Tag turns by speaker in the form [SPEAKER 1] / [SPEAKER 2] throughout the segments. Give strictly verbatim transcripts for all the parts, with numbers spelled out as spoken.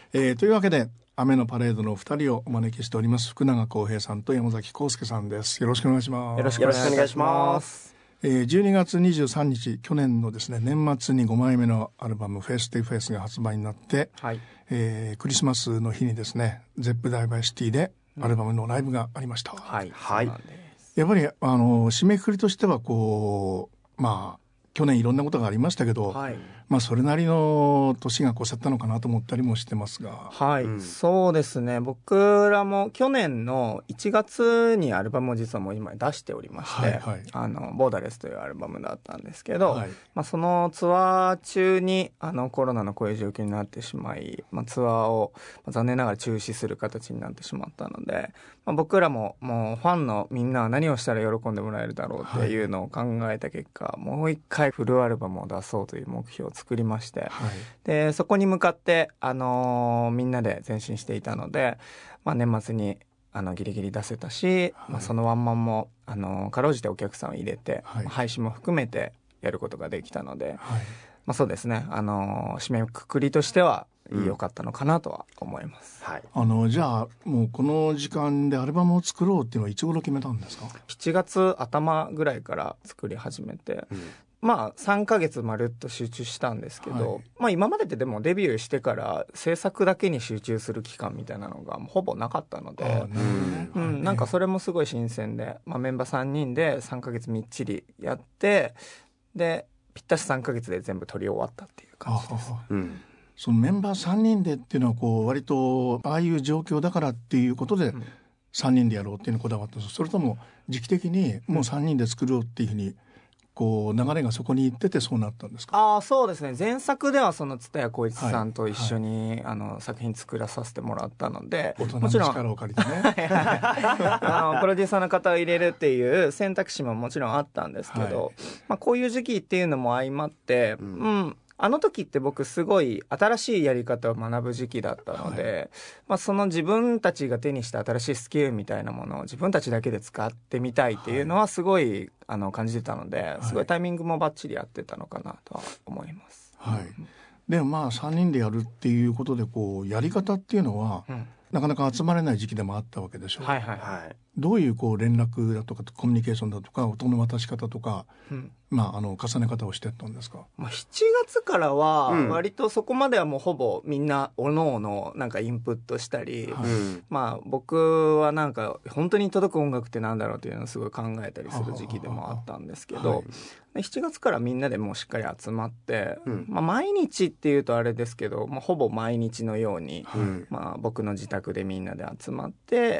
[SPEAKER 1] えー、というわけで雨のパレードのふたりをお招きしております。福永康平さんと山崎康介さんです。よろしくお願いします。
[SPEAKER 2] よろしくお願いします。
[SPEAKER 1] えー、じゅうにがつにじゅうさんにち、去年のですね年末にごまいめのアルバムフェイストゥフェイスが発売になって、はい、えー、クリスマスの日にですねゼップダイバーシティでアルバムのライブがありました、うん、はい、はい、やっぱりあの締めくくりとしてはこうまあ去年いろんなことがありましたけど、はい、まあ、それなりの年が越せたのかなと思ったりもしてますが、
[SPEAKER 2] はい、うん、そうですね。僕らも去年のいちがつにアルバムを実はもう今出しておりまして、はいはい、あのボーダレスというアルバムだったんですけど、はい、まあ、そのツアー中にあのコロナのこういう状況になってしまい、まあ、ツアーを残念ながら中止する形になってしまったので、まあ、僕らももうファンのみんなは何をしたら喜んでもらえるだろうっていうのを考えた結果、はい、もう一回フルアルバムを出そうという目標を作りまして、はい、でそこに向かって、あのー、みんなで前進していたので、まあ、年末にあのギリギリ出せたし、はい、まあ、そのワンマンも、あのー、かろうじてお客さんを入れて、はい、配信も含めてやることができたので、はい、まあ、そうですね、あのー、締めくくりとしては良かったのかなとは思います、
[SPEAKER 1] うん、はい、あのじゃあもうこの時間でアルバムを作ろうっていうのはいつ頃決めたんですか？
[SPEAKER 2] しちがつあたまぐらいから作り始めて、うん、まあさんかげつまるっと集中したんですけど、はい、まあ今までってでもデビューしてから制作だけに集中する期間みたいなのがほぼなかったので、うん、なんかそれもすごい新鮮で、まあ、メンバーさんにんでさんかげつみっちりやって、でぴったしさんかげつで全部撮り終わったっていう感じです。うん、
[SPEAKER 1] そのメンバーさんにんでっていうのはこう割とああいう状況だからっていうことでさんにんでやろうっていうのにこだわったんです。それとも時期的にもうさんにんで作ろうっていうふうにこう流れがそこに行っててそうなったんですか？
[SPEAKER 2] ああ、そうですね。前作ではその蔦谷好位置さんと一緒に、はいはい、あの作品作らさせてもらったので、
[SPEAKER 1] 大人の力を借りてね
[SPEAKER 2] あのプロデューサーの方を入れるっていう選択肢ももちろんあったんですけど、はい、まあ、こういう時期っていうのも相まって、うん、うん、あの時って僕すごい新しいやり方を学ぶ時期だったので、はい、まあ、その自分たちが手にした新しいスキルみたいなものを自分たちだけで使ってみたいっていうのはすごい、はい、あの感じてたので、すごいタイミングもバッチリ合ってたのかなとは思います、
[SPEAKER 1] はい、でもまあさんにんでやるっていうことでこうやり方っていうのは、うん、なかなか集まれない時期でもあったわけでしょう、はいはいはい、どういうこう連絡だとかコミュニケーションだとか音の渡し方とか、うん、まあ、あの重ね方をしてったんですか？
[SPEAKER 2] まあ、しちがつからは割とそこまではもうほぼみんなおのおのなんかインプットしたり、うん、まあ、僕はなんか本当に届く音楽ってなんだろうっていうのをすごい考えたりする時期でもあったんですけど、はい、しちがつからみんなでもうしっかり集まって、うん、まあ、毎日っていうとあれですけど、まあ、ほぼ毎日のように、はい、まあ、僕の自宅でみんなで集まって、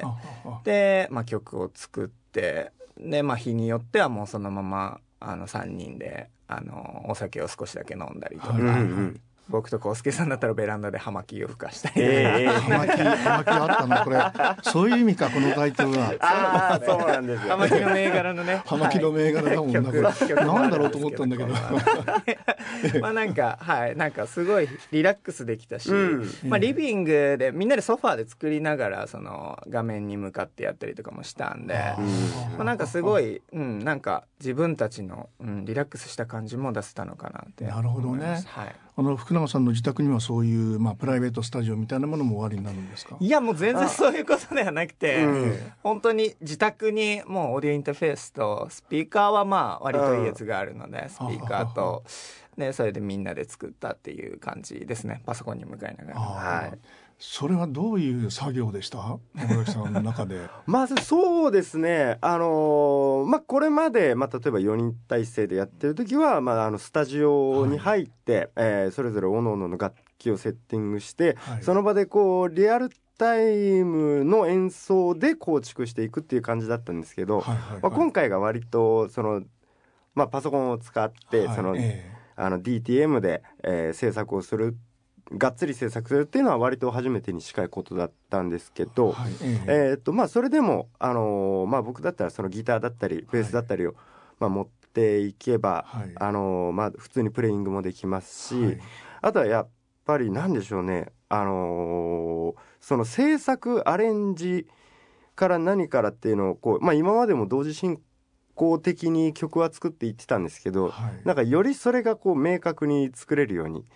[SPEAKER 2] で、まあ、曲を作ってで、まあ、日によってはもうそのままあのさんにんであのお酒を少しだけ飲んだりとか、はいはいはい、僕と康介さんだったらベランダで葉巻を吹かしたり、
[SPEAKER 1] えー、葉巻葉巻あったのこれそういう意味かこのタイトルは
[SPEAKER 2] あそうなんですよ、葉巻の銘柄のね
[SPEAKER 1] 葉巻の銘柄だもんな、はい、これなんだろうと思ったんだけど
[SPEAKER 2] まあなんかはいなんかすごいリラックスできたし、うん、まあ、リビングでみんなでソファーで作りながらその画面に向かってやったりとかもしたんで、まあ、なんかすごい、うん、なんか自分たちの、うん、リラックスした感じも出せたのかなって思います。
[SPEAKER 1] なるほどね、はい、あの福永さんの自宅にはそういう、まあ、プライベートスタジオみたいなものもおありになるんですか？
[SPEAKER 2] いやもう全然そういうことではなくて、うん、本当に自宅にもうオーディオインターフェースとスピーカーはまあ割といいやつがあるので、うん、スピーカーとね、それでみんなで作ったっていう感じですね。パソコンに向かいながら、はい、
[SPEAKER 1] それはどういう作業でした山崎さんの中で
[SPEAKER 3] まずそうですね、あのーまあ、これまで、まあ、例えばよにん体制でやってる時は、まあ、あのスタジオに入って、はい、えー、それぞれ各々の楽器をセッティングして、はい、その場でこうリアルタイムの演奏で構築していくっていう感じだったんですけど、はいはいはい、まあ、今回が割とその、まあ、パソコンを使って、はい、その、えーあの ディーティーエム で、えー、制作をするがっつり制作するっていうのは割と初めてに近いことだったんですけど、はい、えーえー、っとまあ、それでも、あのーまあ、僕だったらそのギターだったりベースだったりを、はい、まあ、持っていけば、はい、あのーまあ、普通にプレイングもできますし、はい、あとはやっぱりなんでしょうね、あのー、その制作アレンジから何からっていうのをこう、まあ、今までも同時進行公的に曲は作っていってたんですけど、はい、なんかよりそれがこう明確に作れるように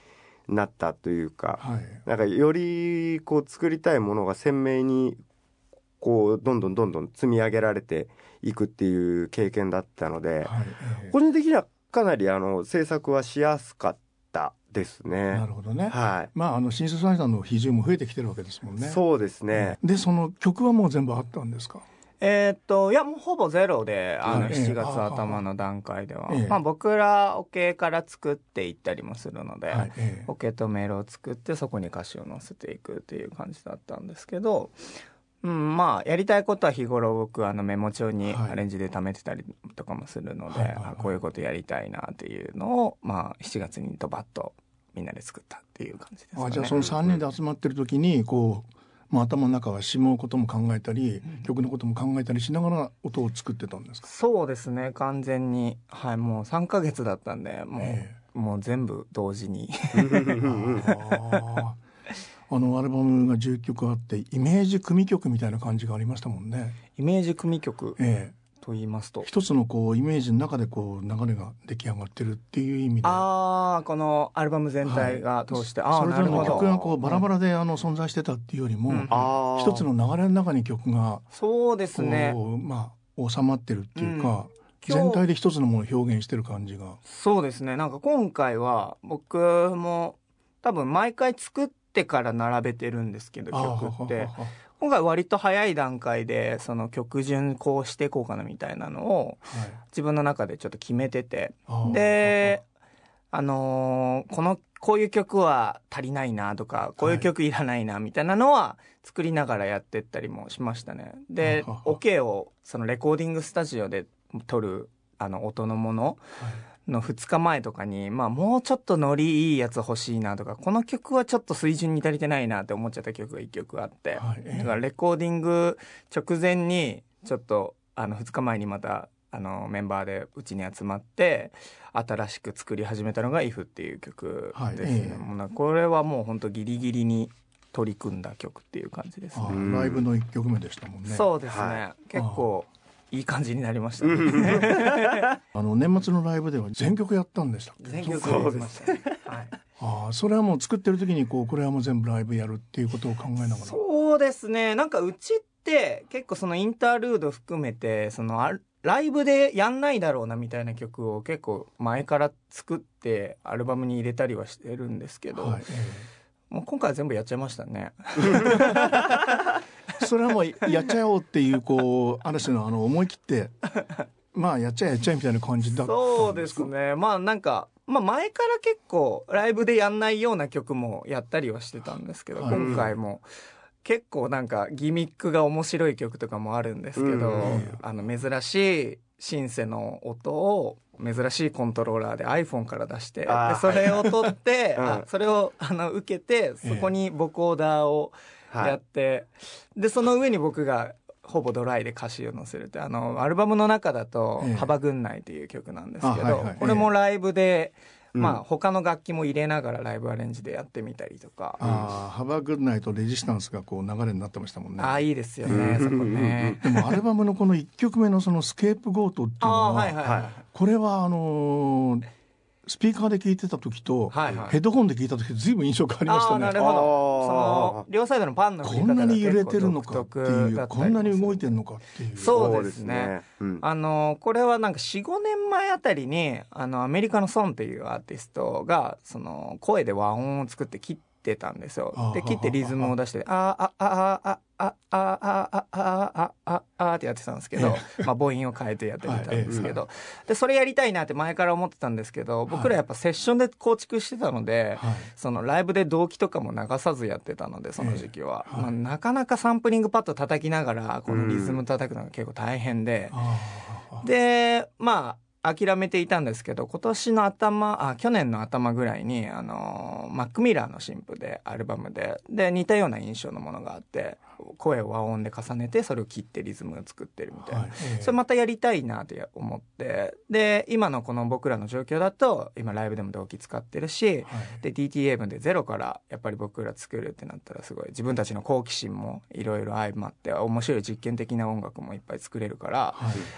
[SPEAKER 3] なったというか、
[SPEAKER 1] はい、
[SPEAKER 3] なんかよりこう作りたいものが鮮明にこうどんどんどんどん積み上げられていくっていう経験だったので、はい、えー、個人的にはかなりあの制作はしやすかったですね。
[SPEAKER 1] なるほどね。
[SPEAKER 3] はい。
[SPEAKER 1] まああのシンセサイザーの比重も増えてきてるわけですもんね。
[SPEAKER 3] そうですね。
[SPEAKER 1] でその曲はもう全部あったんですか？
[SPEAKER 2] えー、っといやもうほぼゼロで、あのしちがつ頭の段階では、
[SPEAKER 1] ええ、
[SPEAKER 2] まあ、僕らオケから作っていったりもするので、
[SPEAKER 1] はい、ええ、
[SPEAKER 2] オケとメロを作ってそこに歌詞を載せていくっていう感じだったんですけど、うん、まあやりたいことは日頃僕あのメモ帳にアレンジで貯めてたりとかもするので、はい、あこういうことやりたいなっていうのを、まあ、しちがつにドバッとみんなで作ったっていう感じですかね。
[SPEAKER 1] あ、じゃあそのさんにんで集まってる時にこう、まあ、頭の中は詞のことも考えたり、うん、曲のことも考えたりしながら音を作ってたんですか？
[SPEAKER 2] そうですね、完全に、はい、もうさんかげつだったんでもう、えー、もう全部同時に
[SPEAKER 1] ああのアルバムがじゅっきょくあってイメージ組曲みたいな感じがありましたもんね。
[SPEAKER 2] イメージ組曲、
[SPEAKER 1] ええ、
[SPEAKER 2] と言いますと
[SPEAKER 1] 一つのこうイメージの中でこう流れが出来上がってるっていう意味で、
[SPEAKER 2] ああこのアルバム全体が通して、
[SPEAKER 1] はい、
[SPEAKER 2] あ
[SPEAKER 1] それぞれの曲がこうバラバラであの存在してたっていうよりも、うん、一つの流れの中に曲が
[SPEAKER 2] そうですね、
[SPEAKER 1] まあ収まってるっていうか、うん、全体で一つのものを表現してる感じが。
[SPEAKER 2] そうですね、なんか今回は僕も多分毎回作ってから並べてるんですけど曲って今回割と早い段階でその曲順こうしていこうかなみたいなのを自分の中でちょっと決めてて、はい、であのー、このこういう曲は足りないなとかこういう曲いらないなみたいなのは作りながらやってったりもしましたね。でオケをそのレコーディングスタジオで撮るあの音のもの、はいのふつかまえとかに、まあ、もうちょっとノリいいやつ欲しいなとかこの曲はちょっと水準に足りてないなって思っちゃった曲がいっきょくあって、はい、だからレコーディング直前にちょっとあのふつかまえにまたあのメンバーでうちに集まって新しく作り始めたのが イフ っていう曲ですね、はい、もうこれはもう本当ギリギリに取り組んだ曲っていう感じですね。
[SPEAKER 1] ライブのいっきょくめでしたもんね。
[SPEAKER 2] そうですね、はい、結構いい感じになりましたね
[SPEAKER 1] あの年末のライブでは全曲やったんでしたっけ？
[SPEAKER 2] 全曲やりましたね、はい、
[SPEAKER 1] ああそれはもう作ってる時にこうこれはもう全部ライブやるっていうことを考えながら。
[SPEAKER 2] そうですね、なんかうちって結構そのインタールード含めてそのあライブでやんないだろうなみたいな曲を結構前から作ってアルバムに入れたりはしてるんですけど、はい、もう今回は全部やっちゃいましたね
[SPEAKER 1] それはもうやっちゃおうっていうこうある種のあの思い切ってまあやっちゃえやっちゃえみたいな感じだったんですか？
[SPEAKER 2] そうですね、まあなんか、まあ、前から結構ライブでやんないような曲もやったりはしてたんですけど、はい、今回も結構なんかギミックが面白い曲とかもあるんですけど、うん、あの珍しいシンセの音を珍しいコントローラーで iPhone から出してでそれを取って、はい、あそれをあの受けてそこにボコーダーをやって、はい、でその上に僕がほぼドライで歌詞を載せるってあのアルバムの中だと「幅軍内」という曲なんですけど、はいはい、これもライブで、ええ、まあ他の楽器も入れながらライブアレンジでやってみたりとか、
[SPEAKER 1] うん、あ幅軍内とレジスタンスがこう流れになってましたもんね。
[SPEAKER 2] あいいですよね、そこね。
[SPEAKER 1] でもアルバムのこのいっきょくめのそのスケープゴートっていうのは、はいはいはい、これはあのースピーカーで聴いてた時と、はいはい、ヘッドホンで聴いた時ずいぶん印象変わりましたね。
[SPEAKER 2] あなるほど。その両サイドのパンの
[SPEAKER 1] 振り方がこんなに揺れてるのかっていうこんなに動いてるのかっていう。
[SPEAKER 2] そうですね、うん、あのこれはなんか よん,ご 年前あたりにあのアメリカのソンっていうアーティストがその声で和音を作って切ってたんですよ。で切ってリズムを出してああああああああああああってやってたんですけど、まあ母音を変えてやってみたんですけど、でそれやりたいなって前から思ってたんですけど、僕らやっぱセッションで構築してたので、そのライブで同期とかも流さずやってたのでその時期は、まあ、なかなかサンプリングパッド叩きながらこのリズム叩くのが結構大変で、でまあ諦めていたんですけど今年の頭あ去年の頭ぐらいにあのマック・ミラーの新譜でアルバムでで似たような印象のものがあって声を和音で重ねてそれを切ってリズムを作ってるみたいな、はい、それまたやりたいなって思ってで今のこの僕らの状況だと今ライブでも同期使ってるし、はい、で ディーティーエー 分でゼロからやっぱり僕ら作るってなったらすごい自分たちの好奇心もいろいろ相まって面白い実験的な音楽もいっぱい作れるから、はい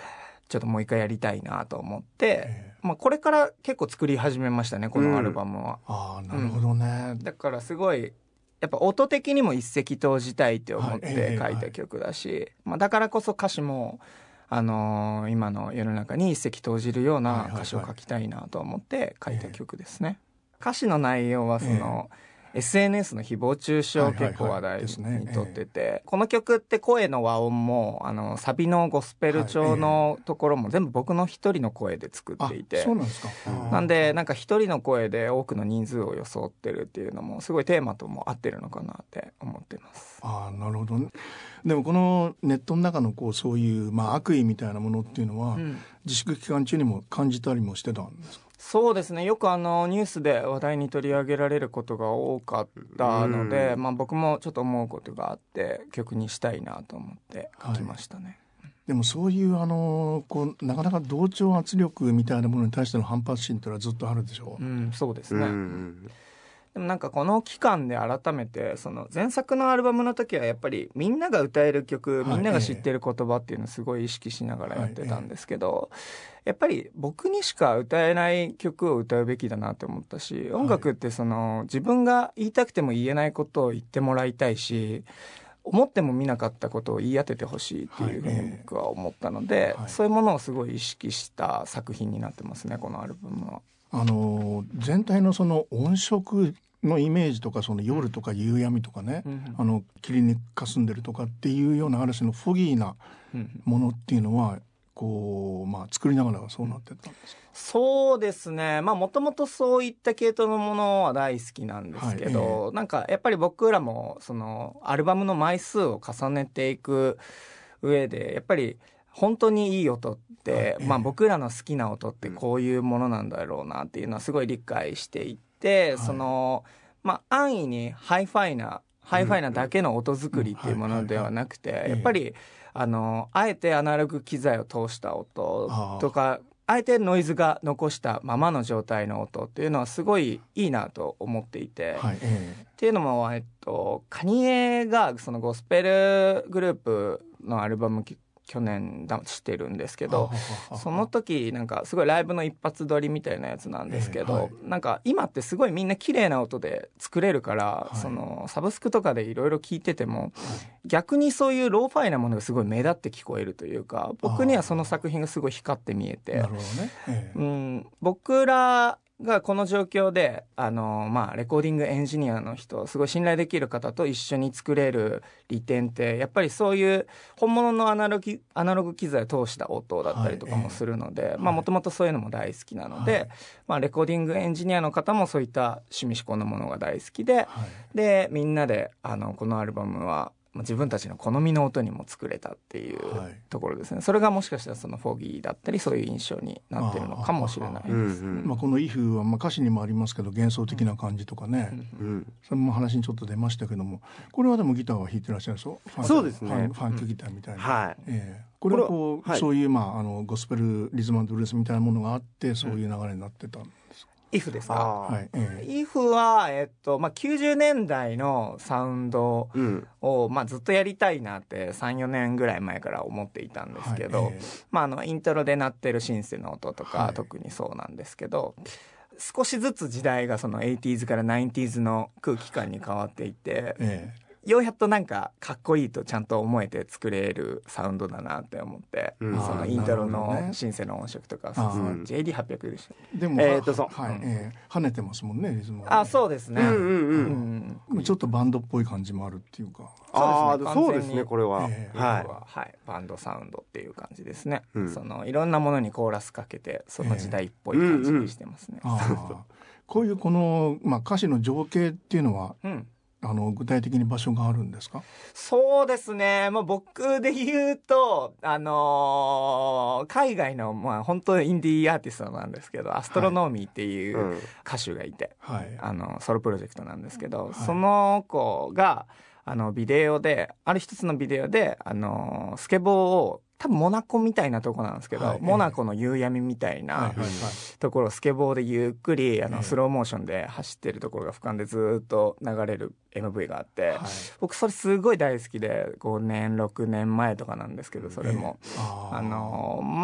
[SPEAKER 2] ちょっともう一回やりたいなと思って、えーまあ、これから結構作り始めましたねこのアルバムは、
[SPEAKER 1] うん、ああなるほどね、
[SPEAKER 2] うん、だからすごいやっぱ音的にも一石投じたいって思って書いた曲だし、はいえーはいまあ、だからこそ歌詞もあのー、今の世の中に一石投じるような歌詞を書きたいなと思って書いた曲ですね、えー、歌詞の内容はその、えーエスエヌエス の誹謗中傷を結構話題にとってて、この曲って声の和音もあのサビのゴスペル調のところも全部僕の一人の声で作っていて、
[SPEAKER 1] そうなんですか。
[SPEAKER 2] なんでなんか一人の声で多くの人数を装ってるっていうのもすごいテーマとも合ってるのかなって思ってます。
[SPEAKER 1] ああなるほどね。でもこのネットの中のこうそういう、まあ、悪意みたいなものっていうのは、うん、自粛期間中にも感じたりもしてたんですか？
[SPEAKER 2] そうですね、よくあのニュースで話題に取り上げられることが多かったので、うんまあ、僕もちょっと思うことがあって曲にしたいなと思って書きましたね、
[SPEAKER 1] はい、でもそういうあのこうなかなか同調圧力みたいなものに対しての反発心というのはずっとあるでしょう、
[SPEAKER 2] うん、そうですね、うんでもなんかこの期間で改めてその前作のアルバムの時はやっぱりみんなが歌える曲、はい、みんなが知ってる言葉っていうのをすごい意識しながらやってたんですけど、はいやっぱり僕にしか歌えない曲を歌うべきだなって思ったし、音楽ってその自分が言いたくても言えないことを言ってもらいたいし、思っても見なかったことを言い当ててほしいっていうふうに僕は思ったので、はい、そういうものをすごい意識した作品になってますねこのアルバムは。
[SPEAKER 1] あの全体のその音色のイメージとかその夜とか夕闇とかね、うん、あの霧に霞んでるとかっていうようなある種のフォギーなものっていうのはこう、まあ、作りながらそうなってったんですか？
[SPEAKER 2] そうですね、まあもともとそういった系統のものは大好きなんですけど、はいえー、なんかやっぱり僕らもそのアルバムの枚数を重ねていく上でやっぱり本当にいい音って、はいえーまあ、僕らの好きな音ってこういうものなんだろうなっていうのはすごい理解していて、はい、そのまあ安易にハイファイなハイファイなだけの音作りっていうものではなくて、やっぱりあのあえてアナログ機材を通した音とかあえてノイズが残したままの状態の音っていうのはすごいいいなと思っていて、はいえー、っていうのも、えっと、カニエがそのゴスペルグループのアルバム去年出してるんですけど、その時なんかすごいライブの一発撮りみたいなやつなんですけど、えーはい、なんか今ってすごいみんな綺麗な音で作れるから、はい、そのサブスクとかでいろいろ聞いてても、はい、逆にそういうローファイなものがすごい目立って聞こえるというか、僕にはその作品がすごい光って見えて、なるほどね、えーうん、僕らがこの状況であの、まあ、レコーディングエンジニアの人すごい信頼できる方と一緒に作れる利点ってやっぱりそういう本物のアナログ、アナログ機材を通した音だったりとかもするのでもともとそういうのも大好きなので、はいまあ、レコーディングエンジニアの方もそういった趣味嗜好のものが大好きで、はい、でみんなであのこのアルバムは自分たちの好みの音にも作れたっていうところですね、はい、それがもしかしたらそのフォギーだったりそういう印象になってるのかもしれないです、うん
[SPEAKER 1] まあ、この イフ はまあ歌詞にもありますけど幻想的な感じとかね、うん、それも話にちょっと出ましたけども、これはでもギターは弾いてらっしゃるそう、
[SPEAKER 3] そうですね、
[SPEAKER 1] ファン、ファンクギターみたいな、
[SPEAKER 3] うんはい
[SPEAKER 1] えー、これはこう、はい、そういう、まあ、あのゴスペルリズム&ブルースみたいなものがあってそういう流れになってたんですか？
[SPEAKER 2] イフ ですか？
[SPEAKER 1] はいえ
[SPEAKER 2] え、イフ は、えっとまあ、きゅうじゅうねんだいのサウンドを、うんまあ、ずっとやりたいなってさんよねんぐらい前から思っていたんですけど、はいえーまあ、あのイントロで鳴ってるシンセの音とか、はい、特にそうなんですけど、少しずつ時代がそのエイティーズからナインティーズの空気感に変わっていって、えーようやっとなんかかっこいいとちゃんと思えて作れるサウンドだなって思って、うん、そのイントロのシンセの音色とか、ね、ジェイディーはっぴゃく でした。
[SPEAKER 1] でも、えーとそうはいうんえー、跳ねてますもんねリズム
[SPEAKER 2] は。あ、そうですね、うん
[SPEAKER 1] うんうん、ちょっとバンドっぽい感じもあるっていうか。
[SPEAKER 3] ああそうですねこれは、
[SPEAKER 2] えー、はい、はい、バンドサウンドっていう感じですね、うん、そのいろんなものにコーラスかけてその時代っぽい感じにしてますね、
[SPEAKER 1] えーうんうん、あこういうこの、まあ、歌詞の情景っていうのは、うんあの具体的に場所があるんですか？
[SPEAKER 2] そうですね、まあ、僕で言うと、あのー、海外の、まあ、本当インディーアーティストなんですけどアストロノーミーっていう歌手がいて、はい、あのソロプロジェクトなんですけど、はい、その子があのビデオである一つのビデオで、あのー、スケボーを多分モナコみたいなとこなんですけど、はい、モナコの夕闇みたいなところをスケボーでゆっくりあのスローモーションで走ってるところが俯瞰でずっと流れる エムブイ があって、はい、僕それすごい大好きでごねんろくねんまえとかなんですけど、それも、えー、ああのまあ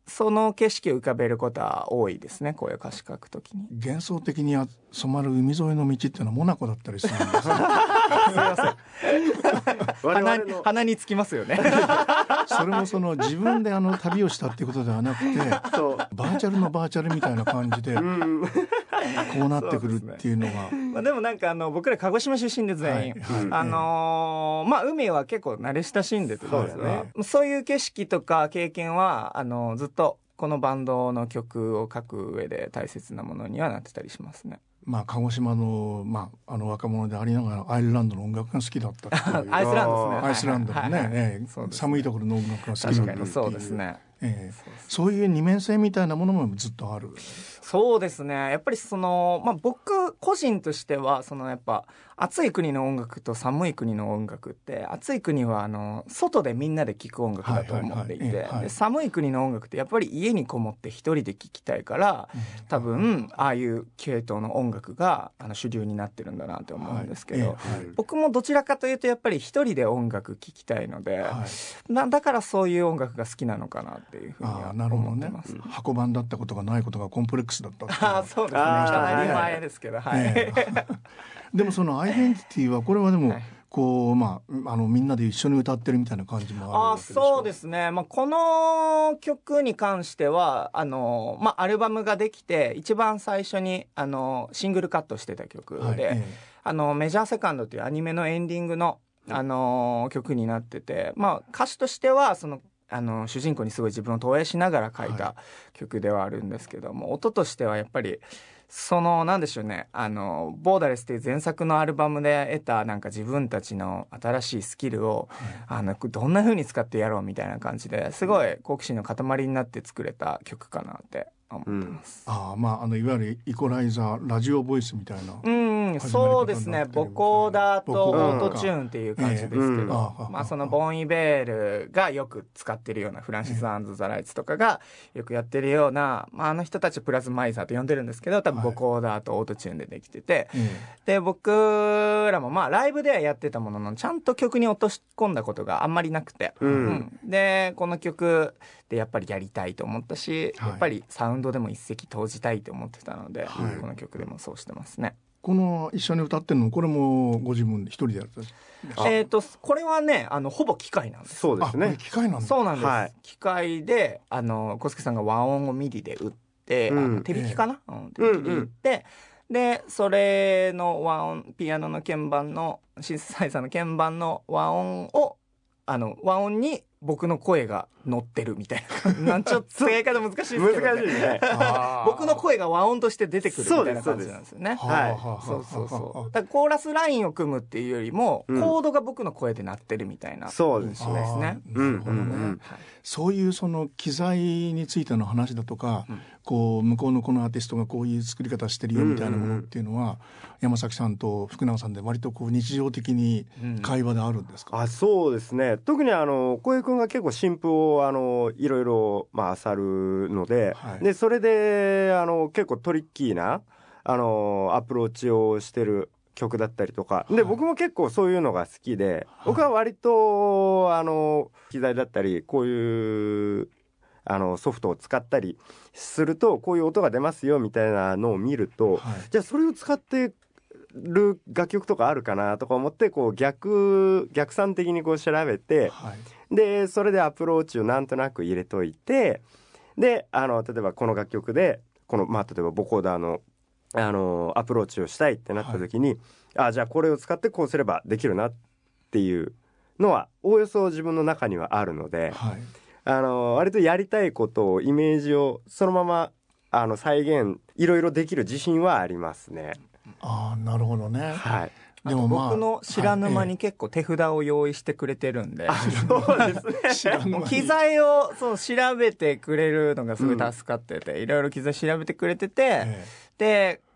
[SPEAKER 2] その景色を浮かべることは多いですね、こういう歌詞書くときに。
[SPEAKER 1] 幻想的に染まる海沿いの道っていうのはモナコだったりするんですよ。すい
[SPEAKER 2] ません鼻に、鼻につきますよね。
[SPEAKER 1] それもその自分であの旅をしたっていうことではなくて、そうバーチャルのバーチャルみたいな感じで、うん、こうなってくるっていうのが。
[SPEAKER 2] まあ、でもなんかあの僕ら鹿児島出身で全員、はいはい、あのー、まあ海は結構慣れ親しんでてですね、そういう景色とか経験はあのずっとこのバンドの曲を書く上で大切なものにはなってたりしますね。
[SPEAKER 1] まあ、鹿児島の、まあ、あの若者でありながらアイルランドの音楽が好きだったっていう
[SPEAKER 2] アイスランドですね。
[SPEAKER 1] アイスランドのね、はいはいえー、寒いところの音楽が好きだったっていう。
[SPEAKER 2] そうですね。
[SPEAKER 1] えー、そういう二面性みたいなものもずっとある。
[SPEAKER 2] そうですね。やっぱりその、まあ、僕個人としてはそのやっぱ暑い国の音楽と寒い国の音楽って、暑い国はあの外でみんなで聴く音楽だと思っていて、寒い国の音楽ってやっぱり家にこもって一人で聴きたいから、多分ああいう系統の音楽があの主流になってるんだなと思うんですけど、はいはい、僕もどちらかというとやっぱり一人で音楽聴きたいので、はい、なだからそういう音楽が好きなのかなっていうふうには思ってます。
[SPEAKER 1] ね、箱版だったことがないことがコンプレックスだったっていう。
[SPEAKER 2] あそうですね。当たり前ですけど、はい。えー、
[SPEAKER 1] でもそのアイデンティティはこれはでも、はい、こうまああのみんなで一緒に歌ってるみたいな感じもあるわけですか。
[SPEAKER 2] あそうですね。まあこの曲に関してはあのまあアルバムができて一番最初にあのシングルカットしてた曲で、はいえー、あのメジャーセカンドというアニメのエンディングのあの曲になってて、まあ歌詞としてはそのあの主人公にすごい自分を投影しながら書いた曲ではあるんですけども、はい、音としてはやっぱりそのなんでしょうね、あのボーダレスっていう前作のアルバムで得たなんか自分たちの新しいスキルを、はい、あのどんな風に使ってやろうみたいな感じですごい好奇心の塊になって作れた曲かなって思ってます。
[SPEAKER 1] うん、あまああのいわゆるイコライザーラジオボイスみたいな。
[SPEAKER 2] うんそうですね。ボコーダーとオートチューンっていう感じですけど、うんえー、まあそのボンイベールがよく使ってるようなフランシス・アンズ・ザ・ライツとかがよくやってるような、まああの人たちプラズマイザーと呼んでるんですけど、多分ボコーダーとオートチューンでできてて、はい、で僕らもまあライブではやってたもののちゃんと曲に落とし込んだことがあんまりなくて、うんうん、でこの曲でやっぱりやりたいと思ったし、はい、やっぱりサウンドでも一石投じたいと思ってたので、はい、この曲でもそうしてますね。
[SPEAKER 1] この一緒に歌ってるのこれもご自分で一人でやるんです
[SPEAKER 2] か。えーとこれはねあのほぼ機械なんです。
[SPEAKER 3] そうですね。
[SPEAKER 1] 機械なんです。
[SPEAKER 2] そうなんです、はい、機械であの小助さんが和音をミディで打って、うん、あの手弾きかな、えーうん、手弾きで打って、うんうん、でそれの和音ピアノの鍵盤のシンセサイザーの鍵盤の和音をあの和音に僕の声が乗ってるみたいななんちょっと正解が難しいですけど、ね、
[SPEAKER 3] 難しいね
[SPEAKER 2] 僕の声が和音として出てくるみたいな感じなんですよね。はいそうそうそうだからコーラスラインを組むっていうよりも、うん、コードが僕の声で鳴ってるみたいな印象ですね。
[SPEAKER 1] そういうその機材についての話だとか、うん、こう向こうのこのアーティストがこういう作り方してるよみたいなものっていうのは、うんうんうん、山崎さんと福永さんで割とこう日常的に会話であるんですか。
[SPEAKER 3] うん、あそうですね。特にあの小江君が結構新譜をあのいろいろまあ漁るので、はい、でそれであの結構トリッキーなあのアプローチをしてる曲だったりとかで、はい、僕も結構そういうのが好きで、はい、僕は割とあの機材だったりこういうあのソフトを使ったりするとこういう音が出ますよみたいなのを見ると、はい、じゃあそれを使ってる楽曲とかあるかなとか思ってこう逆逆算的にこう調べて、はい、でそれでアプローチをなんとなく入れといて、であの例えばこの楽曲でこの、まあ、例えばボコーダーの、あのアプローチをしたいってなった時に、はい、あじゃあこれを使ってこうすればできるなっていうのはおおよそ自分の中にはあるので、はい、あの割とやりたいことをイメージをそのままあの再現いろいろできる自信はありますね。
[SPEAKER 1] あなるほどね。
[SPEAKER 3] はい。
[SPEAKER 2] でも、まあ、僕の知らぬ間に結構手札を用意してくれてるんで、はい
[SPEAKER 3] ええ、そうですね
[SPEAKER 2] 機材をそう調べてくれるのがすごい助かってて、うん、いろいろ機材調べてくれてて、ええ、で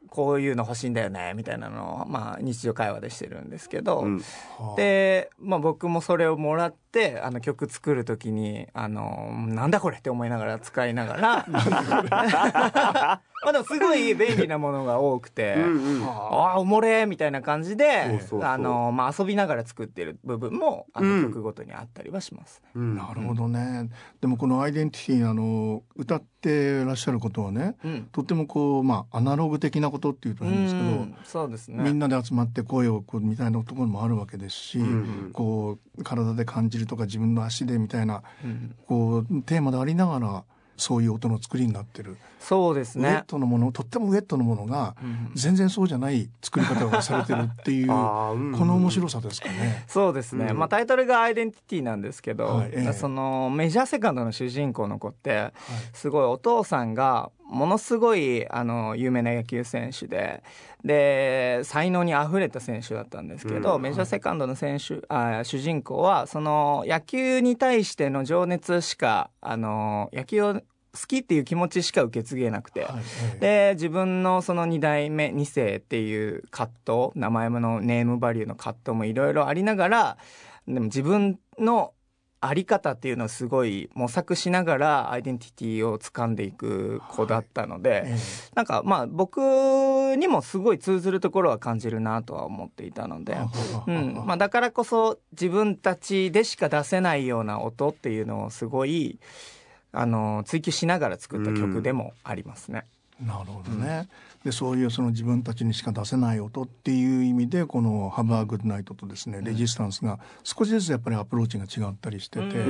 [SPEAKER 2] こういうの欲しいんだよねみたいなのを、まあ、日常会話でしてるんですけど、うん、で、まあ、僕もそれをもらってあの曲作る時にあのなんだこれって思いながら使いながらまあでもすごい便利なものが多くてうん、うん、ああおもれみたいな感じでそうそうそうあの、まあ、遊びながら作ってる部分もあの曲ごとにあったりはしますね、
[SPEAKER 1] うん、なるほどね。でもこのアイデンティティあの歌ってらっしゃることはね、うん、とってもこう、まあ、アナログ的なことっていうと変ですけど、うん、
[SPEAKER 2] そうですね、
[SPEAKER 1] みんなで集まって声をこうみたいなところもあるわけですし、うん、こう体で感じるとか自分の足でみたいな、うん、こうテーマでありながらそういう音の作りになってる。
[SPEAKER 2] そうですね。
[SPEAKER 1] ウェットのもの、とってもウェットのものが、全然そうじゃない作り方がされてるっていう、うん、この面白さですかね。
[SPEAKER 2] そうですね。うん、まあタイトルがアイデンティティなんですけど、はいええ、そのメジャーセカンドの主人公の子って、はい、すごいお父さんがものすごいあの有名な野球選手で、で才能にあふれた選手だったんですけど、うん、メジャーセカンドの選手、あ主人公はその野球に対しての情熱しかあの野球を好きっていう気持ちしか受け継げなくて、はいはい、で自分のそのに代目に世っていう葛藤、名前のネームバリューの葛藤もいろいろありながら、でも自分のあり方っていうのをすごい模索しながらアイデンティティを掴んでいく子だったので、はいえー、なんかまあ僕にもすごい通ずるところは感じるなとは思っていたので、うんまあ、だからこそ自分たちでしか出せないような音っていうのをすごいあの追求しながら作った曲でもありますね。
[SPEAKER 1] うん、なるほどね。でそういうその自分たちにしか出せない音っていう意味でこの「Have a Good Night」とですね、レジスタンスが少しずつやっぱりアプローチが違ったりしてて、うん、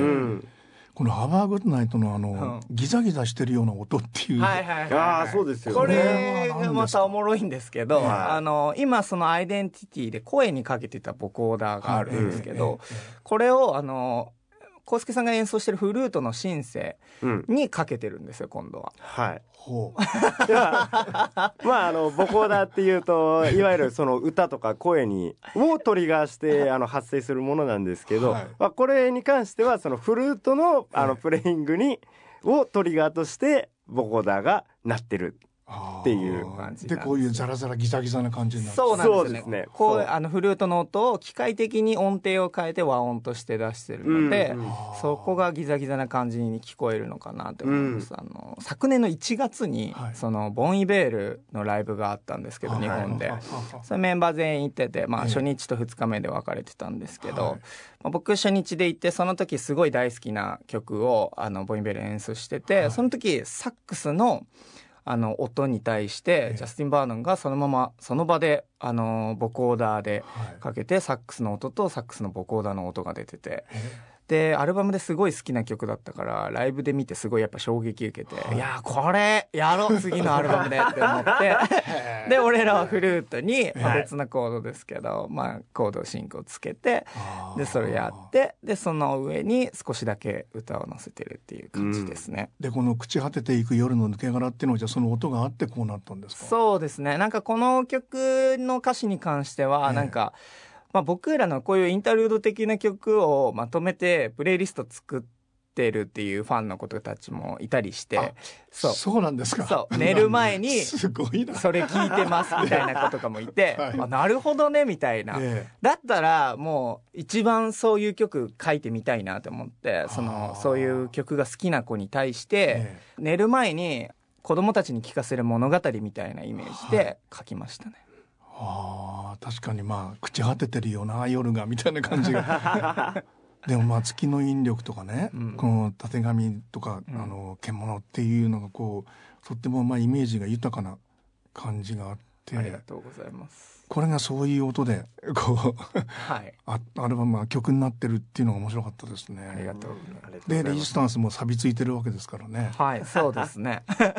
[SPEAKER 1] この「Have a Good Night」のあの、うん、ギザギザしてるような音っていう、
[SPEAKER 2] はいはいはいはい、
[SPEAKER 3] ああそうですよね。
[SPEAKER 2] これがまたおもろいんですけど、はい、あの今そのアイデンティティで声にかけてたボコーダーがあるんですけど、はいええええ、これをあの康介さんが演奏してるフルートのシンセにかけてるんですよ、今度は。
[SPEAKER 3] はい。ほう。まあ、まあ、あの、ボコーダーっていうと、いわゆるその歌とか声に、をトリガーして、あの、発生するものなんですけど、はい、まあ、これに関しては、そのフルートの、あの、プレイングに、をトリガーとして、ボコーダーが鳴ってる。っていう感じ
[SPEAKER 1] でこういうザラザラギザギザな感じになる。
[SPEAKER 2] そうなんですね。そうですね。こうあのフルートの音を機械的に音程を変えて和音として出してるので、うんうん、そこがギザギザな感じに聞こえるのかなと思います。うん、あの昨年のいちがつに、はい、そのボンイベールのライブがあったんですけど、はい、日本で、はい、それメンバー全員行ってて、まあ、初日とふつかめで分かれてたんですけど、はいまあ、僕初日で行ってその時すごい大好きな曲をあのボンイベール演奏してて、はい、その時サックスのあの音に対してジャスティン・バーノンがそのままその場であのボコーダーでかけて、サックスの音とサックスのボコーダーの音が出てて、でアルバムですごい好きな曲だったからライブで見てすごいやっぱ衝撃受けて、はい、いやこれやろう次のアルバムでって思ってで俺らはフルートに、まあ、別なコードですけど、まあ、コード進行つけてでそれやってでその上に少しだけ歌を乗せてるっていう感じですね、
[SPEAKER 1] うん、でこの朽ち果てていく夜の抜け殻っていうのはじゃあその音があってこうなったんですか？
[SPEAKER 2] そうですね。なんかこの曲の歌詞に関してはなんか、えーまあ、僕らのこういうインタルード的な曲をまとめてプレイリスト作ってるっていうファンの子たちもいたりして、
[SPEAKER 1] そうそうなんですか。
[SPEAKER 2] そう寝る前に
[SPEAKER 1] すごいな
[SPEAKER 2] それ聞いてますみたいな子とかもいて、はい、あなるほどねみたいな、ええ、だったらもう一番そういう曲書いてみたいなと思ってそのそういう曲が好きな子に対して、え、寝る前に子供たちに聞かせる物語みたいなイメージで書きましたね。
[SPEAKER 1] あ確かにまあ朽ち果ててるよな夜がみたいな感じがでもまあ月の引力とかね、うん、このたてがみとか、うん、あの獣っていうのがこうとってもまあイメージが豊かな感じがあって
[SPEAKER 2] ありがとうございます。
[SPEAKER 1] これがそういう音でこう、はい、アルバムが曲になってるっていうのが面白かったですね。
[SPEAKER 2] ありがとうございます。
[SPEAKER 1] でレジスタンスも錆びついてるわけですからね。
[SPEAKER 2] はいそうですね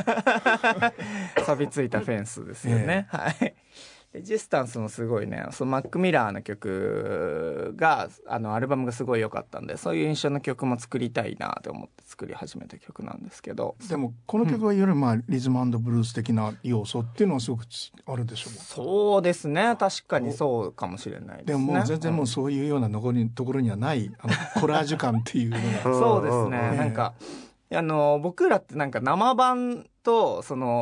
[SPEAKER 2] 錆びついたフェンスですよね、えー、はいレジスタンスもすごいねそのマック・ミラーの曲があのアルバムがすごい良かったんでそういう印象の曲も作りたいなと思って作り始めた曲なんですけど
[SPEAKER 1] でもこの曲はいわゆるまあ、うん、リズム&ブルース的な要素っていうのはすごくあるでしょう。
[SPEAKER 2] そうですね確かにそうかもしれないですね。
[SPEAKER 1] でももう全然もうそういうような残りところにはないあのコラージュ感っていうのが
[SPEAKER 2] そうですね、えー、なんかあの僕らってなんか生版とその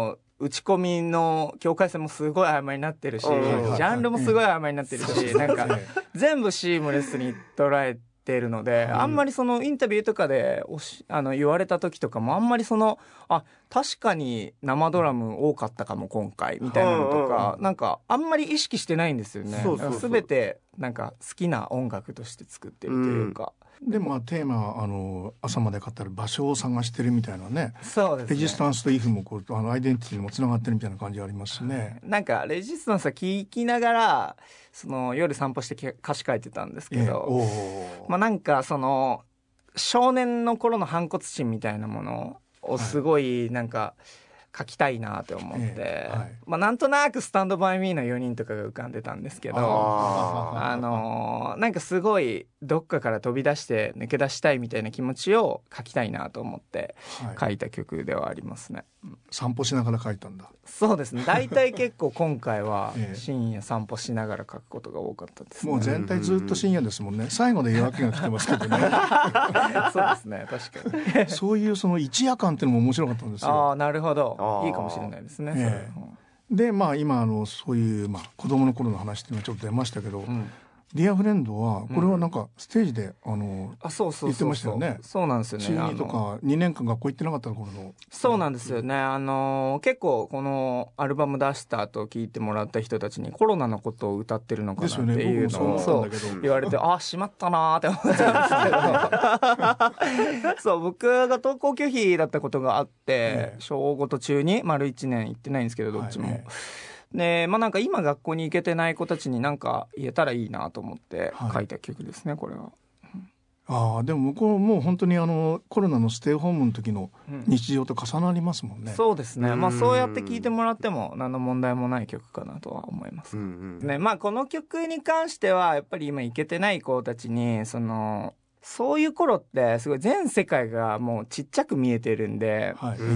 [SPEAKER 2] 打ち込みの境界線もすごい曖昧になってるし、ジャンルもすごい曖昧になってるし、なんか全部シームレスに捉えてるので、あんまりそのインタビューとかでおしあの言われた時とかもあんまりそのあ確かに生ドラム多かったかも今回みたいなのとか、なんかあんまり意識してないんですよね。そうそうそう、全てなんか好きな音楽として作ってるというか、
[SPEAKER 1] うん、でまあテーマあの朝まで語る場所を探してるみたいなね。
[SPEAKER 2] そうですね。
[SPEAKER 1] レジスタンスとイフもこうあのアイデンティティもつながってるみたいな感じありますしね。
[SPEAKER 2] なんかレジスタンスは聞きながらその夜散歩して歌詞書いてたんですけど、えー、まあなんかその少年の頃の反骨心みたいなものをすごいなんか書きたいなと思って、えーはい、まあなんとなくスタンドバイミーのよにんとかが浮かんでたんですけど、あ、あのー、なんかすごいどっかから飛び出して抜け出したいみたいな気持ちを書きたいなと思って書いた曲ではありますね、
[SPEAKER 1] はい、散歩しながら書いたんだ。
[SPEAKER 2] そうですね。大体結構今回は深夜散歩しながら書くことが多かったですね。
[SPEAKER 1] もう全体ずっと深夜ですもんね。最後で夜明けが来てますけどね
[SPEAKER 2] そうですね、確かに
[SPEAKER 1] そういうその一夜間っていうのも面白かったんですよ。
[SPEAKER 2] ああ、なるほど、いいかもしれないですね、それ、え
[SPEAKER 1] え、でまあ今あのそういう、まあ、子供の頃の話っていうのはちょっと出ましたけど、うん、ディアフレンドはこれはなんかステージで、うん、あの
[SPEAKER 2] あそうそうそうそう
[SPEAKER 1] 言ってましたよね。
[SPEAKER 2] そうなんですよね。
[SPEAKER 1] 中にとかにねんかん学校行ってなかった頃の。
[SPEAKER 2] そうなんですよね。あの結構このアルバム出した後聞いてもらった人たちにコロナのことを歌ってるのかなっていうのを、ね、そう言われてあしまったなーって思ったんですけどそう僕が登校拒否だったことがあって、ね、小ごと中に丸いちねん行ってないんですけどどっちも、はいね、でまあなんか今学校に行けてない子たちになんか言えたらいいなと思って書いた曲ですね、はい、これは。
[SPEAKER 1] ああでも向こうもう本当にあのコロナのステイホームの時の日常と重なりますもんね、
[SPEAKER 2] うん、そうですね。まあそうやって聴いてもらっても何の問題もない曲かなとは思います、うんうんね。まあこの曲に関してはやっぱり今行けてない子たちにそのそういう頃ってすごい全世界がもうちっちゃく見えてるんで、はい、うん、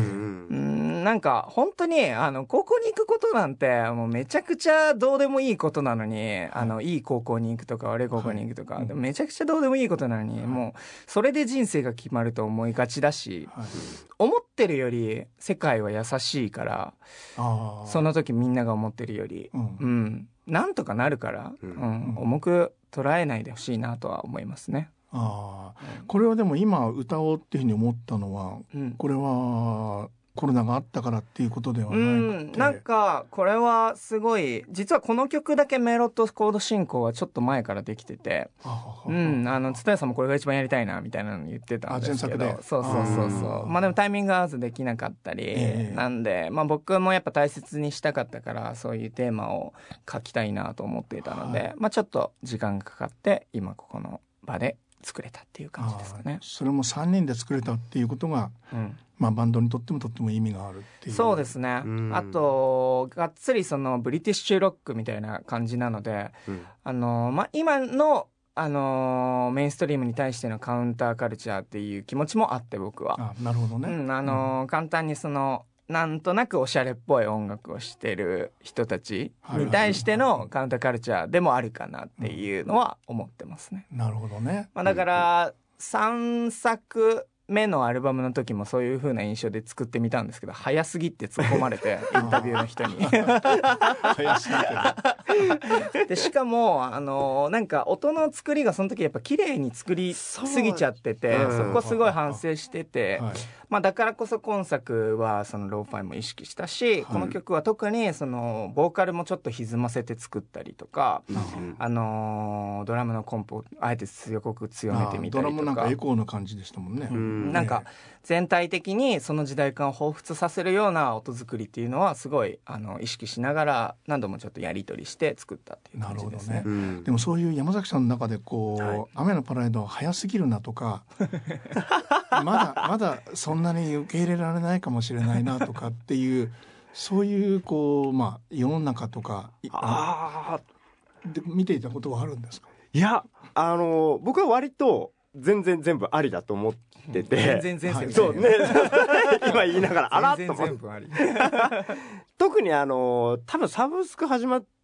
[SPEAKER 2] うんなんか本当にあの高校に行くことなんてもうめちゃくちゃどうでもいいことなのに、はい、あのいい高校に行くとか悪い高校に行くとか、はい、めちゃくちゃどうでもいいことなのに、はい、もうそれで人生が決まると思いがちだし、はい、思ってるより世界は優しいからあその時みんなが思ってるより、うんうん、なんとかなるから、うんうん、重く捉えないでほしいなとは思いますね。
[SPEAKER 1] ああ、これはでも今歌おうっていうふうに思ったのは、うん、これはコロナがあったからっていうことではなくて、うん、
[SPEAKER 2] なんかこれはすごい実はこの曲だけメロとコード進行はちょっと前からできてて、うん、あの蔦屋さんもこれが一番やりたいなみたいなの言ってたんですけど、そうそうそうそうまあでもタイミング合わずできなかったり、えー、なんでまあ僕もやっぱ大切にしたかったからそういうテーマを書きたいなと思っていたので、はい、まあちょっと時間がかかって今ここの場で作れたっていう感じですかね。
[SPEAKER 1] それもさんにんで作れたっていうことが、うんまあ、バンドにとってもとっても意味があるっていう。
[SPEAKER 2] そうですね。あとがっつりそのブリティッシュロックみたいな感じなので、うん、あのまあ、今の、あのメインストリームに対してのカウンターカルチャーっていう気持ちもあって僕は。
[SPEAKER 1] あ、なるほどね。
[SPEAKER 2] うん、あの、うん、簡単にそのなんとなくおしゃれっぽい音楽をしてる人たちに対してのカウンターカルチャーでもあるかなっていうのは思ってますね。
[SPEAKER 1] うん、なるほどね。
[SPEAKER 2] まあ、だからさんさくめのアルバムの時もそういう風な印象で作ってみたんですけど早すぎって突っ込まれてインタビューの人に早すぎてでしかもあのなんか音の作りがその時やっぱ綺麗に作りすぎちゃってて そ,、うん、そこすごい反省してて、はいまあ、だからこそ今作はそのローファイも意識したし、はい、この曲は特にそのボーカルもちょっと歪ませて作ったりとか、うん、あのドラムのコンポをあえて強く強めてみたりとか。
[SPEAKER 1] ドラムなんかエコーの感じでしたもんね、うん
[SPEAKER 2] なんか全体的にその時代感を彷彿させるような音作りっていうのはすごいあの意識しながら何度もちょっとやり取りして作ったっていう感じですね。なるほどね、
[SPEAKER 1] うん、でもそういう山崎さんの中でこう、はい、雨のパライドは早すぎるなとかまだまだそんなに受け入れられないかもしれないなとかっていうそういうこう、まあ、世の中とかあで見ていたことはあるんですか？
[SPEAKER 3] いやあの僕は割と全然全部ありだと思ってて、
[SPEAKER 2] 全然全然
[SPEAKER 3] そうね今言いながらあらっと
[SPEAKER 2] 全然全部あり
[SPEAKER 3] 特にあの多分サブスク始まっ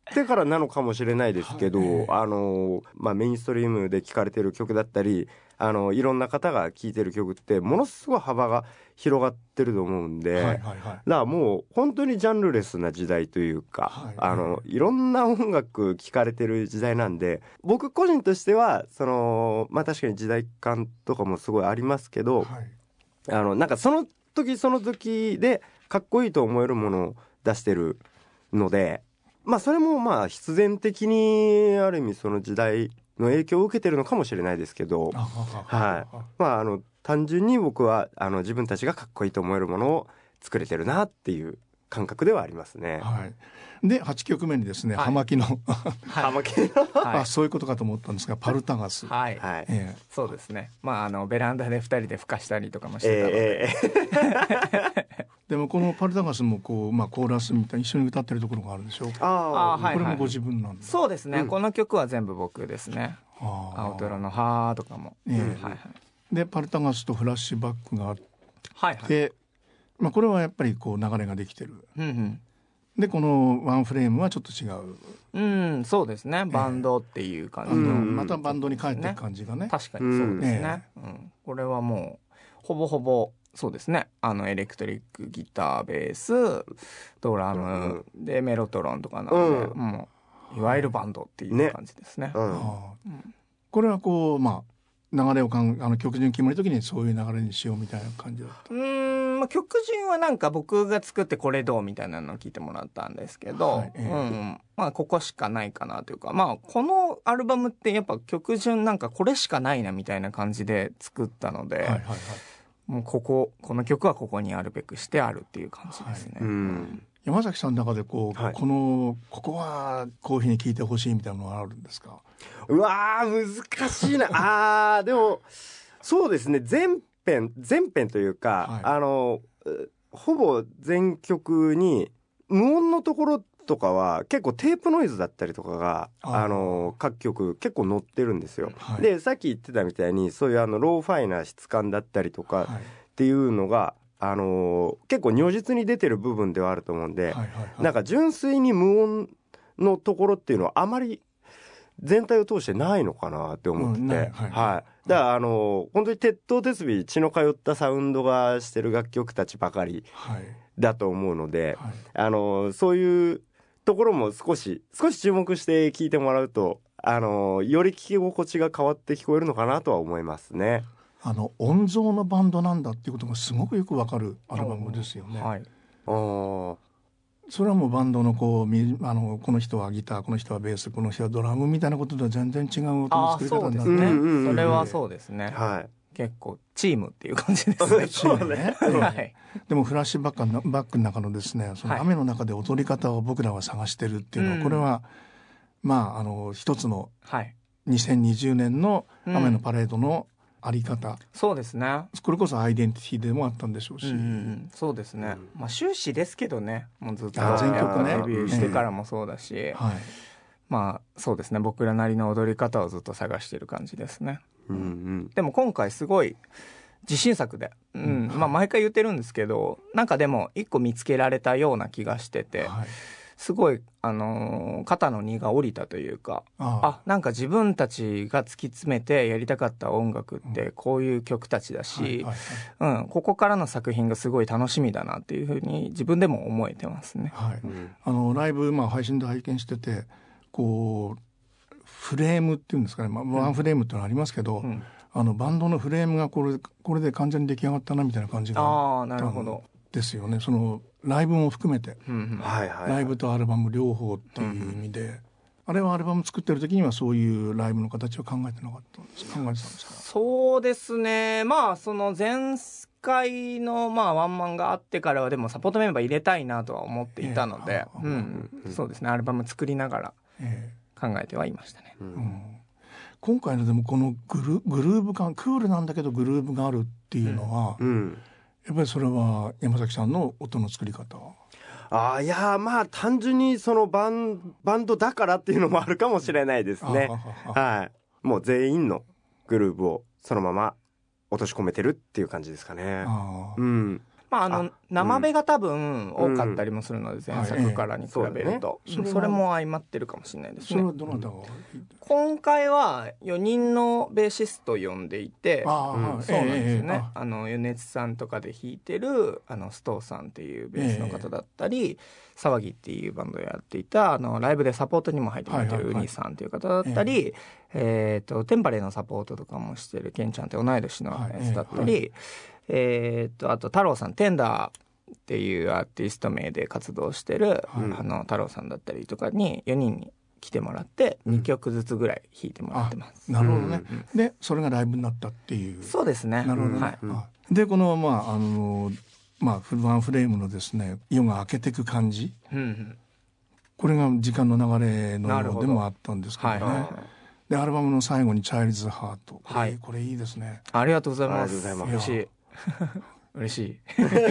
[SPEAKER 3] ってからなのかもしれないですけど、はい、あのまあ、メインストリームで聴かれてる曲だったり、あのいろんな方が聴いてる曲ってものすごい幅が広がってると思うんで、はいはいはい、だからもう本当にジャンルレスな時代というか、はいはい、あのいろんな音楽聴かれてる時代なんで、僕個人としてはその、まあ、確かに時代感とかもすごいありますけど、はい、あのなんかその時その時でかっこいいと思えるものを出してるので、まあそれもまあ必然的にある意味その時代の影響を受けてるのかもしれないですけど、はい、まああの単純に僕はあの自分たちがかっこいいと思えるものを作れてるなっていう感覚ではありますね。
[SPEAKER 1] はい、ではちきょくめにですね、はい、葉巻の
[SPEAKER 3] 葉巻の
[SPEAKER 1] あ、そういうことかと思ったんですが、パルタガス、
[SPEAKER 2] はい、はい、えー、そうですね、まああのベランダでふたりでふかしたりとかもしてたので、
[SPEAKER 1] えー、でもこのパルタガスもこう、まあ、コーラスみたいに一緒に歌ってるところがあるでしょ。ああ、これもご自分なんですか。
[SPEAKER 2] そうですね、うん、この曲は全部僕ですね。青トロのハーとかも、えーはいはい、
[SPEAKER 1] でパルタガスとフラッシュバックがあって、はいはい、まあ、これはやっぱりこう流れができてる、うんうん、でこのワンフレームはちょっと違う、
[SPEAKER 2] うん、そうですね、バンドっていう感じの、えー、
[SPEAKER 1] またバンドに帰っていく感じがね、
[SPEAKER 2] 確かにそうですね、えーうん、これはもうほぼほぼそうですね、あのエレクトリックギターベースドラム、うん、でメロトロンとかなので、うん、もういわゆるバンドっていう感じですね、ね、うん
[SPEAKER 1] うん、これはこうまあ流れをかんあの曲順決めるときにそういう流れにしようみたいな感じだった。
[SPEAKER 2] うーん、まあ、曲順はなんか僕が作ってこれどうみたいなのを聞いてもらったんですけど、はい、えーうん、まあここしかないかなというか、まあこのアルバムってやっぱ曲順なんかこれしかないなみたいな感じで作ったので、はいはいはい、もうこここの曲はここにあるべくしてあるっていう感じですね、はい、うん、
[SPEAKER 1] 山崎さんの中でこう、はい、このここはこういうふうに聴いてほしいみたいなのがあるんですか。
[SPEAKER 3] うわー難しいなあーでもそうですね、全編全編というか、はい、あのほぼ全曲に無音のところとかは結構テープノイズだったりとかがあの各曲結構載ってるんですよ、はい、でさっき言ってたみたいにそういうあのローファイな質感だったりとかっていうのが、はい、あの結構如実に出てる部分ではあると思うんで、はいはいはい、なんか純粋に無音のところっていうのはあまり全体を通してないのかなって思ってて、うん、はい、はい、だからあの本当に鉄頭鉄尾血の通ったサウンドがしてる楽曲たちばかりだと思うので、はい、あのそういうところも少し少し注目して聴いてもらうとあのより聴き心地が変わって聞こえるのかなとは思いますね。
[SPEAKER 1] あの音像のバンドなんだっていうことがすごくよくわかるアルバムですよね、はい、あそれはもうバンドのこうあのこの人はギターこの人はベースこの人はドラムみたいなこととは全然違う音の作り方になる。
[SPEAKER 2] そうですね、うんうんうん、それはそうですね、はい、結構チームっていう感じですね。
[SPEAKER 1] そうね、はい、でもフラッシュバックのバックの中のですね、その雨の中で踊り方を僕らは探してるっていうのは、はい、これはまああの一つのにせんにじゅうねんの雨のパレードのあり方、うん、
[SPEAKER 2] そうですね、
[SPEAKER 1] これこそアイデンティティでもあったんでしょうし、うんうん、
[SPEAKER 2] そうですね、うん、まあ終始ですけどね、もうずっと全曲ねデビューしてからもそうだし、えーはい、まあそうですね、僕らなりの踊り方をずっと探してる感じですね、うんうん、でも今回すごい自信作で、うんうん、まあ毎回言ってるんですけど、なんかでも一個見つけられたような気がしてて、はい、すごい、あのー、肩の荷が下りたというか、ああ、なんか自分たちが突き詰めてやりたかった音楽ってこういう曲たちだし、うん、ここからの作品がすごい楽しみだなっていうふうに自分でも思えてますね、はい、
[SPEAKER 1] うん、あのライブ、まあ、配信で拝見しててこうフレームっていうんですかね、まあ、ワンフレームっていうのはありますけど、うん、あのバンドのフレームがこれ、これで完全に出来上がったなみたいな感じがあったんですよね。そのライブも含めて、うんうん、ライブとアルバム両方っていう意味で、うんうん、あれはアルバム作ってる時にはそういうライブの形を考えてなかったんですか？考えてたんですか？
[SPEAKER 2] そうですね、まあその前回のまあワンマンがあってからはでもサポートメンバー入れたいなとは思っていたので、えーうんうん、そうですね、アルバム作りながら考えてはいましたね、うんうん、
[SPEAKER 1] 今回のでもこのグ ル, グルーヴ感、クールなんだけどグルーヴがあるっていうのは、うんうん、やっぱりそれは山崎さんの音の作り方は
[SPEAKER 3] あいやまあ単純にそのバン、バンドだからっていうのもあるかもしれないですね。はい、もう全員のグルーヴをそのまま落とし込めてるっていう感じですかね。あ、うん、
[SPEAKER 2] まあ、あの生辺が多分多かったりもするので、前作からに比べると、それ, それも相まってるかもしれないですね。
[SPEAKER 1] それはどなたが、
[SPEAKER 2] 今回はよにんのベーシストを呼んでいて、
[SPEAKER 1] あ、
[SPEAKER 2] うん、そうなんですよね、えー、ああの米津さんとかで弾いてるあのストーさんっていうベースの方だったり、えー、騒ぎっていうバンドをやっていたあのライブでサポートにも入ってくれてるウニさんっていう方だったり、はいはいはい、えー、とテンパレーのサポートとかもしてるケンちゃんって同い年のやつだったり、はいはい、えー、とあと太郎さんテンダーっていうアーティスト名で活動してる、はい、あの太郎さんだったりとかによにんに来てもらってにきょくずつぐらい弾いてもらってます、
[SPEAKER 1] うん、なるほどね、うんうん、でそれがライブになったっていう。
[SPEAKER 2] そうですね。
[SPEAKER 1] なるほどね、はい、うん、でこのまああのまあフルワンフレームのですね夜が明けていく感じ、うんうん、これが時間の流れのようでもあったんですけどね、はいはいはい、でアルバムの最後にチャイルズハート、これ、はい、これいいですね。
[SPEAKER 2] ありがとうございます。嬉しい嬉しい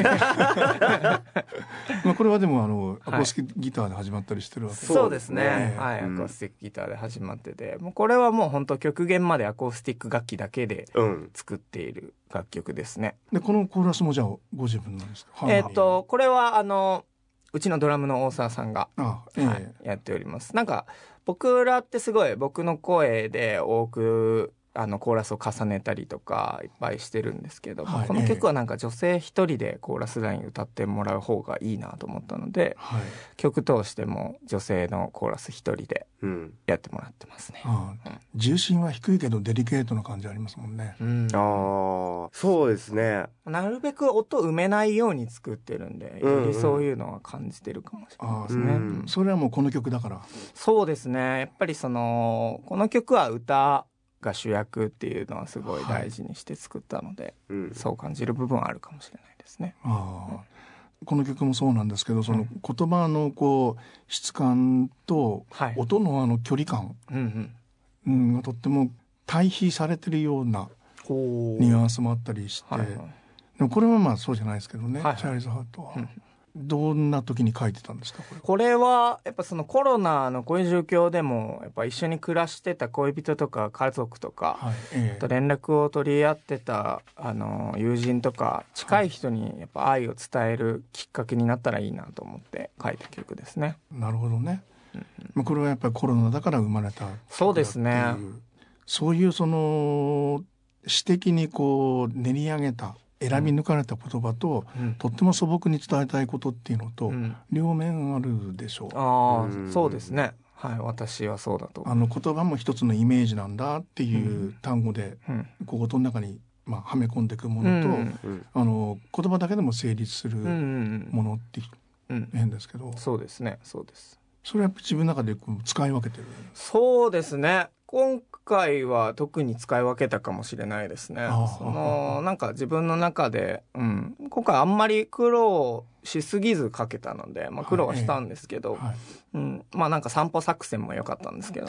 [SPEAKER 1] まあこれはでもあのアコースティックギターで始まったりしてるわけです、
[SPEAKER 2] はい、そうですね、はい、アコースティックギターで始まってて、もうこれはもう本当極限までアコースティック楽器だけで作っている楽曲ですね、
[SPEAKER 1] うん、でこのコーラスもじゃあご自分なんですか。
[SPEAKER 2] えー、っとこれはあのうちのドラムの大沢さんが、
[SPEAKER 1] あ、えー
[SPEAKER 2] はい、やっております。なんか僕らってすごい僕の声で多くあのコーラスを重ねたりとかいっぱいしてるんですけど、はい、この曲はなんか女性一人でコーラスライン歌ってもらう方がいいなと思ったので、はい、曲通しても女性のコーラス一人でやってもらってますね、うん
[SPEAKER 1] うん、重心は低いけどデリケートな感じありますもんね、
[SPEAKER 3] うん、あそうですね。
[SPEAKER 2] なるべく音埋めないように作ってるんで、よりそういうのは感じてるかもしれないですね、うん
[SPEAKER 1] うん、それはもうこの曲だから。
[SPEAKER 2] そうですね、やっぱりそのこの曲は歌が主役っていうのはすごい大事にして作ったので、はい、そう感じる部分はあるかもしれないですね。
[SPEAKER 1] あ、うん、この曲もそうなんですけど、その言葉のこう質感と音のあの距離感がとっても対比されてるようなニュアンスもあったりして、はいはい、でもこれはまあそうじゃないですけどね、はいはい、チャイルズハートは、うん、どんな時に書いてたんですか。これ
[SPEAKER 2] これはやっぱそのコロナのこういう状況でもやっぱ一緒に暮らしてた恋人とか家族とか、はい、ええ、あと連絡を取り合ってたあの友人とか近い人にやっぱ愛を伝えるきっかけになったらいいなと思って書いた曲ですね。
[SPEAKER 1] なるほどね、うんうん、これはやっぱりコロナだから生まれた。
[SPEAKER 2] そうですね。
[SPEAKER 1] そういうその詩的にこう練り上げた選び抜かれた言葉と、うん、とっても素朴に伝えたいことっていうのと、うん、両面あるでしょう。
[SPEAKER 2] ああ、そうですね、はい、私はそうだと。
[SPEAKER 1] あの言葉も一つのイメージなんだっていう単語で、うん、こう音の中に、まあ、はめ込んでいくものと、うん、あの言葉だけでも成立するものって変ですけど、
[SPEAKER 2] うん、そうですね、そうです。
[SPEAKER 1] それは自分の中でこう使い分けてる。
[SPEAKER 2] そうですね、今回は特に使い分けたかもしれないですね。そのなんか自分の中で、うん、今回あんまり苦労しすぎず書けたので、まあ、苦労はしたんですけど、はいはい、うん、まあなんか散歩作戦も良かったんですけど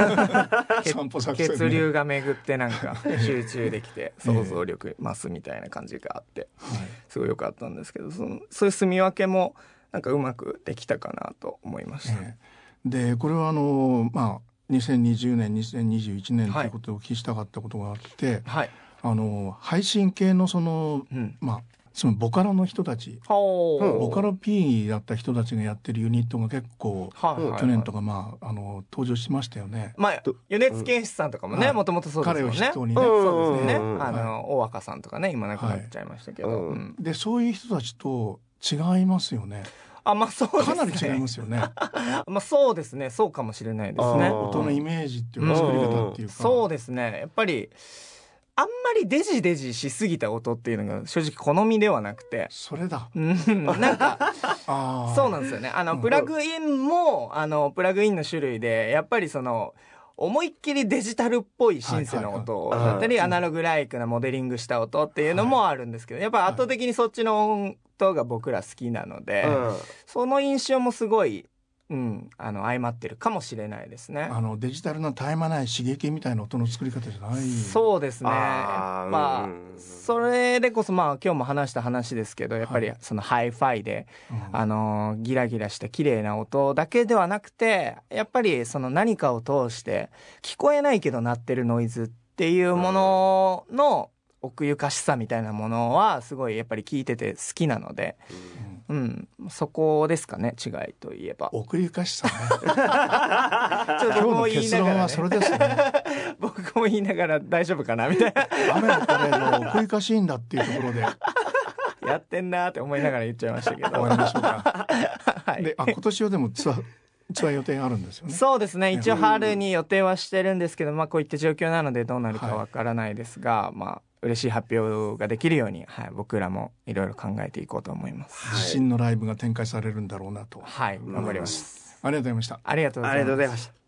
[SPEAKER 2] 血流が巡ってなんか集中できて想像力増すみたいな感じがあってすごい良かったんですけど、そのそういう住み分けもなんかうまくできたかなと思いました、え
[SPEAKER 1] ー、でこれはあのまあにせんにじゅうねんにせんにじゅういちねんということをお聞きしたかったことがあって、はい、あの配信系のその、うん、まあそのボカロの人たち、ボカロ P だった人たちがやってるユニットが結構、はいはい、去年とか、まあ、あの登場しましたよね。
[SPEAKER 2] まあ、米津玄師さんとかもね、もともとそうですもんね。
[SPEAKER 1] 彼を筆頭にね、
[SPEAKER 2] そうですね。あの大若さんとかね、今亡くなっちゃいましたけど、はい
[SPEAKER 1] うん、でそういう人たちと違いますよね。
[SPEAKER 2] あ、まあそうですね。
[SPEAKER 1] かなり違いますよね。
[SPEAKER 2] まあそうですね、そうかもしれないですね。
[SPEAKER 1] 音のイメージっていうか作り方っていうか、
[SPEAKER 2] そうですね、やっぱりあんまりデジデジしすぎた音っていうのが正直好みではなくて、
[SPEAKER 1] それだ
[SPEAKER 2] なんかあそうなんですよね。あのプラグインもあのプラグインの種類でやっぱりその思いっきりデジタルっぽいシンセの音だったり、アナログライクなモデリングした音っていうのもあるんですけど、やっぱり圧倒的にそっちの音が僕ら好きなので、その印象もすごい、うん、あの相まってるかもしれないですね。
[SPEAKER 1] あのデジタルの絶え間ない刺激みたいな音の作り方じゃない。
[SPEAKER 2] そうですね。あまあそれでこそまあ今日も話した話ですけど、やっぱりそのハイファイで、はい、あのギラギラした綺麗な音だけではなくて、やっぱりその何かを通して聞こえないけど鳴ってるノイズっていうものの奥ゆかしさみたいなものはすごいやっぱり聞いてて好きなので、うん、うん、そこですかね、違いといえば。
[SPEAKER 1] 奥ゆかしさねちょっと僕も言いながら、ね、今日の結論はそれですね
[SPEAKER 2] 僕も言いながら大丈夫かなみたいな
[SPEAKER 1] 雨のパレード奥ゆかしいんだっていうところで
[SPEAKER 2] やってんなって思いながら言っちゃいましたけど
[SPEAKER 1] 終わりましょうかはい、であ今年はでもツアーツアー予定があるんですよね。
[SPEAKER 2] そうですね、一応春に予定はしてるんですけど、まあ、こういった状況なのでどうなるかわからないですが、はい、まあ嬉しい発表ができるように、はい、僕らもいろいろ考えていこうと思います。
[SPEAKER 1] 自信のライブが展開されるんだろうなと。
[SPEAKER 2] はい、頑張ります。
[SPEAKER 1] ありがとうございました。
[SPEAKER 2] ありがとうございました。